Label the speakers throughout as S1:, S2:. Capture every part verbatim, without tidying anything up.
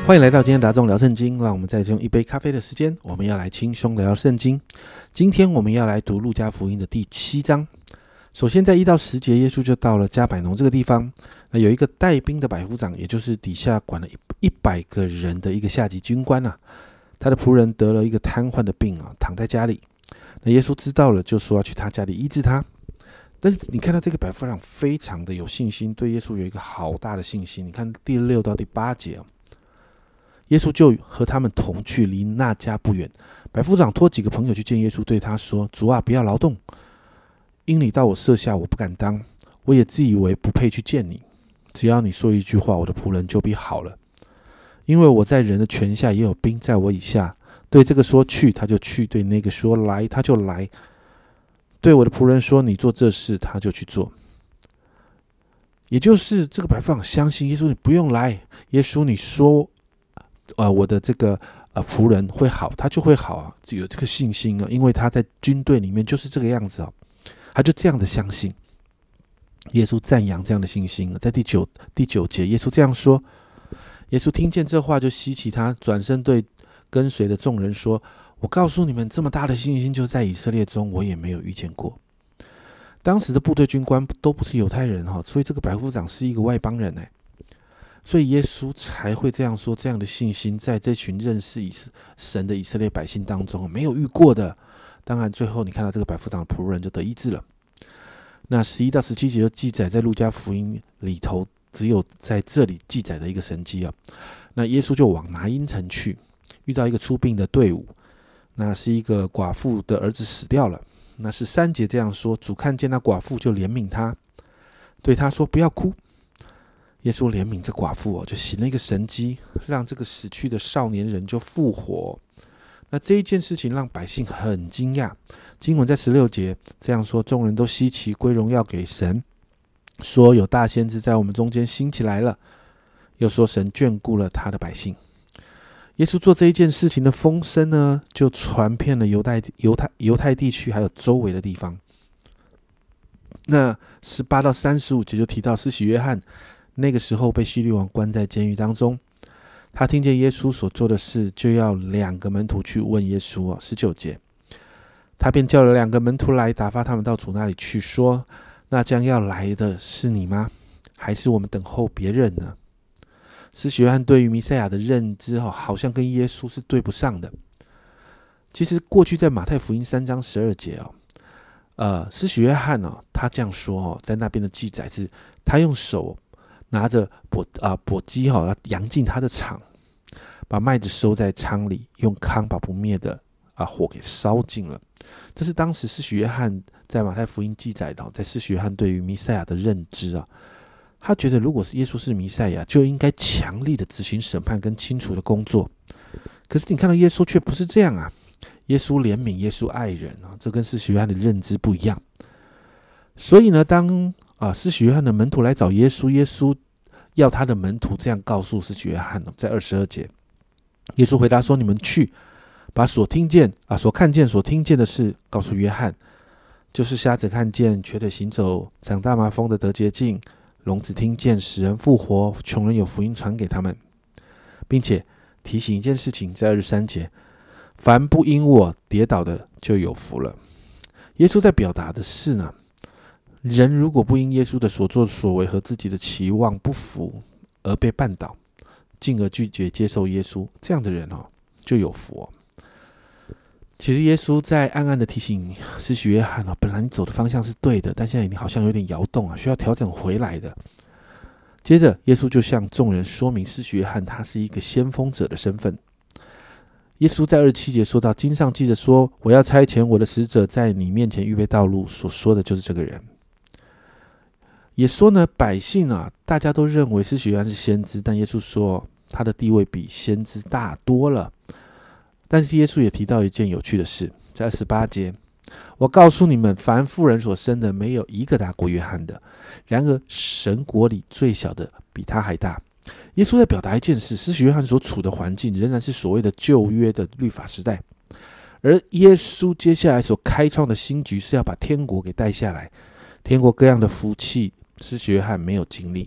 S1: 欢迎来到今天达众聊圣经，让我们再用一杯咖啡的时间，我们要来轻松聊聊圣经。今天我们要来读路加福音的第七章。首先在一到十节，耶稣就到了加百农这个地方，那有一个带兵的百夫长，也就是底下管了一百个人的一个下级军官啊，他的仆人得了一个瘫痪的病啊，躺在家里。那耶稣知道了，就说要去他家里医治他。但是你看到这个百夫长非常的有信心，对耶稣有一个好大的信心。你看第六到第八节啊，耶稣就和他们同去，离那家不远。百夫长托几个朋友去见耶稣，对他说：“主啊，不要劳动，因你到我舍下，我不敢当。我也自以为不配去见你。只要你说一句话，我的仆人就必好了。因为我在人的权下，也有兵在我以下。对这个说去，他就去；对那个说来，他就来。对我的仆人说你做这事，他就去做。”也就是这个百夫长相信耶稣，你不用来。耶稣你说呃，我的这个呃仆人会好，他就会好啊，有这个信心啊，因为他在军队里面就是这个样子啊，他就这样的相信。耶稣赞扬这样的信心，在第九第九节，耶稣这样说。耶稣听见这话就稀奇他，转身对跟随的众人说：“我告诉你们，这么大的信心，就在以色列中，我也没有遇见过。”当时的部队军官都不是犹太人哈，所以这个百夫长是一个外邦人哎。所以耶稣才会这样说，这样的信心在这群认识神的以色列百姓当中没有遇过的。当然最后你看到这个百夫长的仆人就得医治了。那十一到十七节就记载在路加福音里头只有在这里记载的一个神迹啊。那耶稣就往拿因城去，遇到一个出殡的队伍，那是一个寡妇的儿子死掉了。那十三节这样说，主看见那寡妇就怜悯他，对他说不要哭。耶稣怜悯这寡妇哦，就行了一个神迹，让这个死去的少年人就复活。那这一件事情让百姓很惊讶。经文在十六节这样说，众人都稀奇，归荣耀给神，说有大先知在我们中间兴起来了，又说神眷顾了他的百姓。耶稣做这一件事情的风声呢，就传遍了犹太犹太犹太地区还有周围的地方。那十八到三十五节就提到施洗约翰那个时候被希律王关在监狱当中，他听见耶稣所做的事，就要两个门徒去问耶稣哦。十九节，他便叫了两个门徒来，打发他们到主那里去，说：“那将要来的是你吗？还是我们等候别人呢？”施洗约翰对于弥赛亚的认知哦，好像跟耶稣是对不上的。其实过去在马太福音三章十二节哦，呃，施洗约翰哦，他这样说哦，在那边的记载是，他用手拿着簸啊簸箕哈，要扬进他的场，把麦子收在仓里，用糠把不灭的啊火给烧尽了。这是当时施洗约翰在马太福音记载的，在施洗约翰对于弥赛亚的认知啊，他觉得如果是耶稣是弥赛亚，就应该强力的执行审判跟清除的工作。可是你看到耶稣却不是这样啊，耶稣怜悯，耶稣爱人啊，这跟施洗约翰的认知不一样。所以呢，当啊施洗约翰的门徒来找耶稣，耶稣要他的门徒这样告诉施洗约翰，在二十二节，耶稣回答说：“你们去，把所听见啊、所看见、所听见的事告诉约翰，就是瞎子看见，瘸腿行走，长大麻风的得洁净，聋子听见，死人复活，穷人有福音传给他们，并且提醒一件事情，在二十三节，凡不因我跌倒的，就有福了。”耶稣在表达的是呢，人如果不因耶稣的所作所为和自己的期望不符而被绊倒，进而拒绝接受耶稣，这样的人哦就有福哦。其实耶稣在暗暗的提醒施洗约翰哦，本来你走的方向是对的，但现在你好像有点摇动啊，需要调整回来的。接着耶稣就向众人说明施洗约翰他是一个先锋者的身份。耶稣在二十七节说到，经上记着说，我要差遣我的使者在你面前预备道路，所说的就是这个人。也说呢，百姓啊，大家都认为施洗约翰是先知，但耶稣说他的地位比先知大多了。但是耶稣也提到一件有趣的事，在二十八节，我告诉你们，凡妇人所生的，没有一个大过约翰的，然而神国里最小的比他还大。耶稣在表达一件事，施洗约翰所处的环境仍然是所谓的旧约的律法时代，而耶稣接下来所开创的新局是要把天国给带下来，天国各样的福气施洗约翰没有经历，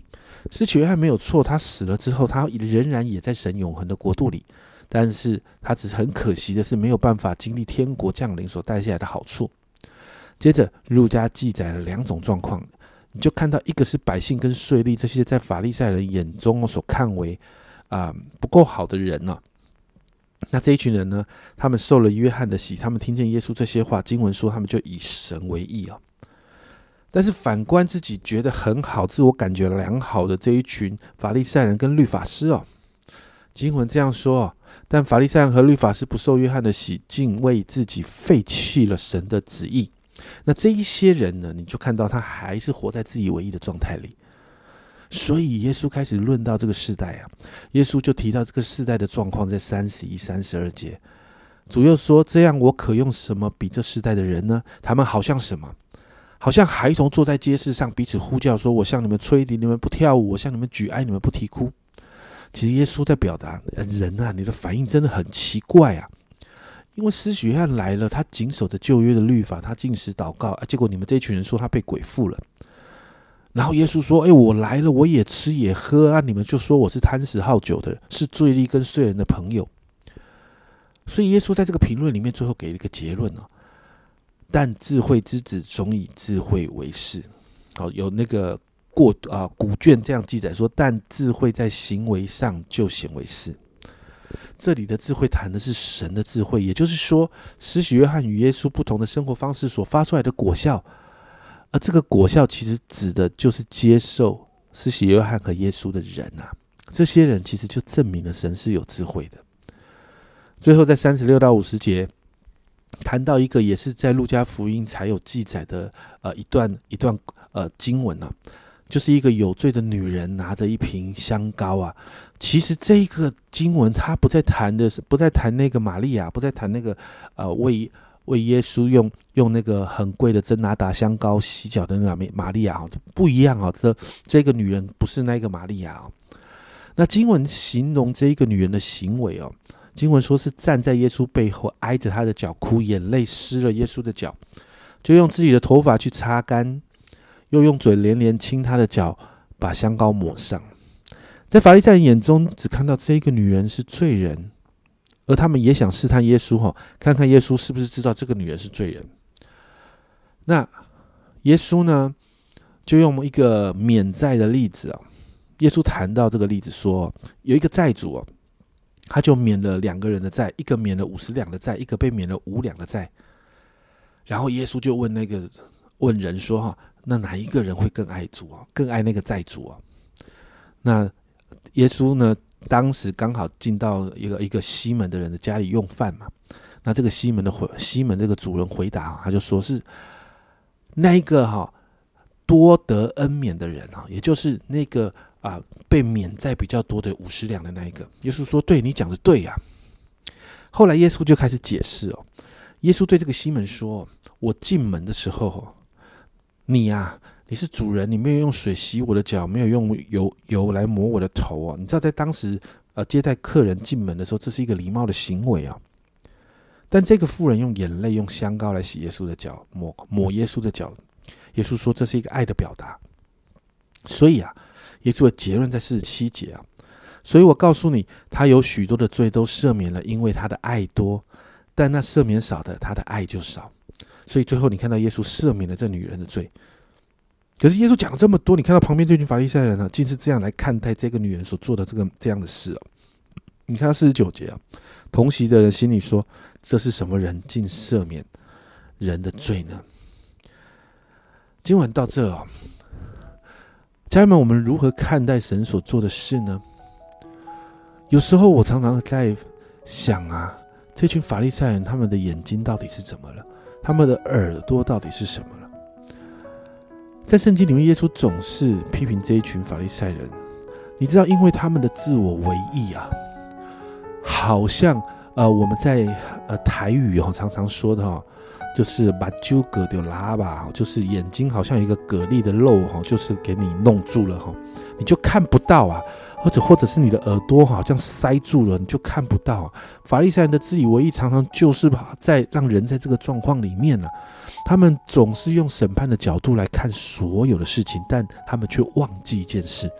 S1: 施洗约翰没有错，他死了之后，他仍然也在神永恒的国度里，但是他只是很可惜的是没有办法经历天国降临所带下来的好处。接着路加记载了两种状况，你就看到一个是百姓跟税吏这些在法利赛人眼中所看为、呃、不够好的人呢、啊。那这一群人呢，他们受了约翰的洗，他们听见耶稣这些话，经文说他们就以神为义啊。但是反观自己觉得很好、自我感觉良好的这一群法利赛人跟律法师哦，经文这样说哦，但法利赛人和律法师不受约翰的洗，竟为自己废弃了神的旨意。那这一些人呢，你就看到他还是活在自以为义的状态里。所以耶稣开始论到这个世代啊，耶稣就提到这个世代的状况，在三十一、三十二节，主又说：这样我可用什么比这世代的人呢？他们好像什么？好像孩童坐在街市上，彼此呼叫说：我向你们吹笛，你们不跳舞；我向你们举哀，你们不啼哭。其实耶稣在表达，人啊，你的反应真的很奇怪啊！因为施洗约翰来了，他谨守着旧约的律法，他禁食祷告、啊、结果你们这一群人说他被鬼附了。然后耶稣说：哎，我来了，我也吃也喝啊，你们就说我是贪食好酒的人，是罪吏跟罪人的朋友。所以耶稣在这个评论里面最后给了一个结论、啊、但智慧之子总以智慧为是。好，有那个过啊古卷这样记载说，但智慧在行为上就显为是。这里的智慧谈的是神的智慧，也就是说，施洗约翰与耶稣不同的生活方式所发出来的果效，而这个果效其实指的就是接受施洗约翰和耶稣的人啊。这些人其实就证明了神是有智慧的。最后在三十六到五十节谈到一个也是在路加福音才有记载的呃一段一段呃经文啊，就是一个有罪的女人拿着一瓶香膏啊。其实这个经文它不再谈的是不再谈那个玛利亚，不再谈那个呃为为耶稣用用那个很贵的真拿达香膏洗脚的那个玛利亚，不一样啊。这这个女人不是那个玛利亚啊。那经文形容这一个女人的行为哦，经文说是站在耶稣背后挨着他的脚哭，眼泪湿了耶稣的脚，就用自己的头发去擦干，又用嘴连连亲他的脚，把香膏抹上。在法利赛人眼中，只看到这一个女人是罪人，而他们也想试探耶稣，看看耶稣是不是知道这个女人是罪人。那耶稣呢，就用一个免债的例子，耶稣谈到这个例子说，有一个债主，他就免了两个人的债，一个免了五十两的债，一个被免了五两的债。然后耶稣就问那个问人说，那哪一个人会更爱主，更爱那个债主？那耶稣呢，当时刚好进到一个一个西门的人的家里用饭嘛。那这个西门的西门这个主人回答，他就说是那一个哈多得恩免的人，也就是那个啊被免债比较多的五十两的那一个。耶稣说：对，你讲的对呀、啊。后来耶稣就开始解释哦，耶稣对这个西门说：我进门的时候，你呀、啊。你是主人，你没有用水洗我的脚，没有用 油, 油来抹我的头、哦、你知道在当时、呃、接待客人进门的时候，这是一个礼貌的行为、哦、但这个妇人用眼泪用香膏来洗耶稣的脚， 抹, 抹耶稣的脚。耶稣说这是一个爱的表达。所以啊，耶稣的结论在四十七节啊，所以我告诉你，他有许多的罪都赦免了，因为他的爱多，但那赦免少的，他的爱就少。所以最后你看到耶稣赦免了这女人的罪。可是耶稣讲了这么多，你看到旁边这群法利赛人呢、啊，竟是这样来看待这个女人所做的这个这样的事哦。你看到四十九节啊，同席的人心里说：这是什么人，竟赦免人的罪呢？经文到这哦，家人们，我们如何看待神所做的事呢？有时候我常常在想啊，这群法利赛人他们的眼睛到底是怎么了？他们的耳朵到底是什么了？在圣经里面，耶稣总是批评这一群法利赛人。你知道，因为他们的自我为义啊，好像呃我们在呃台语哦常常说的哈、哦，就是把揪蛤丢拉吧，就是眼睛好像有一个蛤蜊的肉哈，就是给你弄住了哈，你就看不到啊，或者或者是你的耳朵好像塞住了，你就看不到、啊。法利赛人的自以为义，常常就是在让人在这个状况里面呢、啊。他们总是用审判的角度来看所有的事情，但他们却忘记一件事，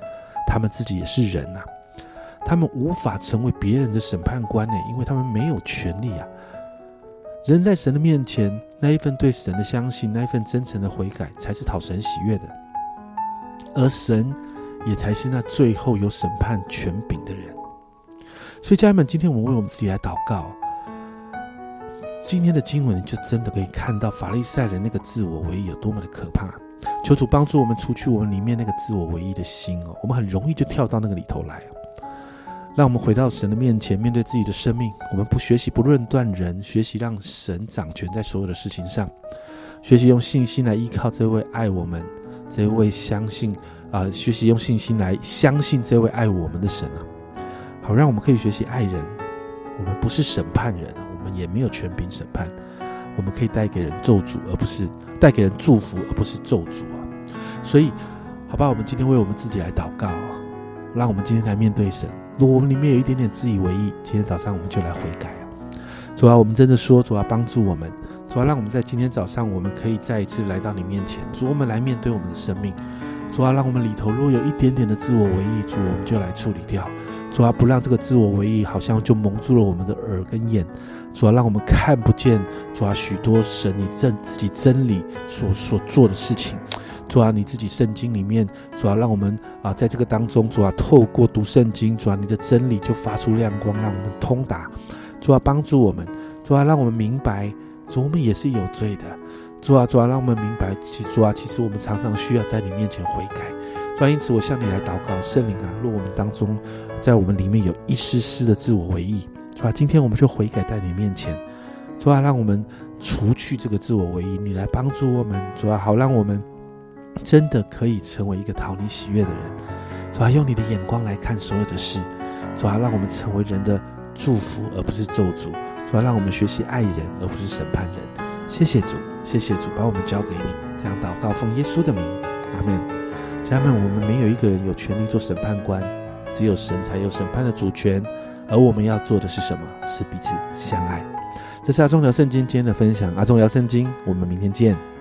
S1: 他们自己也是人啊，他们无法成为别人的审判官呢，因为他们没有权利啊。人在神的面前，那一份对神的相信，那一份真诚的悔改，才是讨神喜悦的，而神也才是那最后有审判权柄的人。所以家人们，今天我们为我们自己来祷告。今天的经文，你就真的可以看到法利赛人那个自我为义有多么的可怕。求主帮助我们除去我们里面那个自我为义的心哦，我们很容易就跳到那个里头来哦。让我们回到神的面前，面对自己的生命，我们不学习不论断人，学习让神掌权在所有的事情上，学习用信心来依靠这位爱我们，这位相信啊、呃，学习用信心来相信这位爱我们的神啊，好让我们可以学习爱人。我们不是审判人，我们也没有权柄审判，我们可以带给人咒诅，而不是带给人祝福，而不是咒诅啊。所以，好吧，我们今天为我们自己来祷告啊，让我们今天来面对神。如果我们里面有一点点自以为意，今天早上我们就来悔改啊！主啊，我们真的说，主啊，帮助我们，主啊，让我们在今天早上，我们可以再一次来到你面前，主，我们来面对我们的生命，主啊，让我们里头如果有一点点的自我为意，主，我们就来处理掉，主啊，不让这个自我为意好像就蒙住了我们的耳跟眼，主啊，让我们看不见，主啊，许多神你真自己真理所所做的事情。主啊，你自己圣经里面，主啊，让我们啊在这个当中，主啊，透过读圣经，主啊，你的真理就发出亮光，让我们通达。主啊，帮助我们，主啊，让我们明白，主，我们也是有罪的。主啊，主啊，让我们明白，主啊，其实我们常常需要在你面前悔改。主啊，因此我向你来祷告，圣灵啊，若我们当中，在我们里面有一丝丝的自我为义，主啊，今天我们就悔改在你面前。主啊，让我们除去这个自我为义，你来帮助我们，主啊，好让我们真的可以成为一个讨你喜悦的人，主啊，用你的眼光来看所有的事，主啊，让我们成为人的祝福而不是咒诅，主啊，让我们学习爱人而不是审判人。谢谢主，谢谢主，把我们交给你，这样祷告奉耶稣的名，阿们。家人们，我们没有一个人有权利做审判官，只有神才有审判的主权，而我们要做的是什么？是彼此相爱。这是阿忠聊圣经今天的分享，阿忠聊圣经，我们明天见。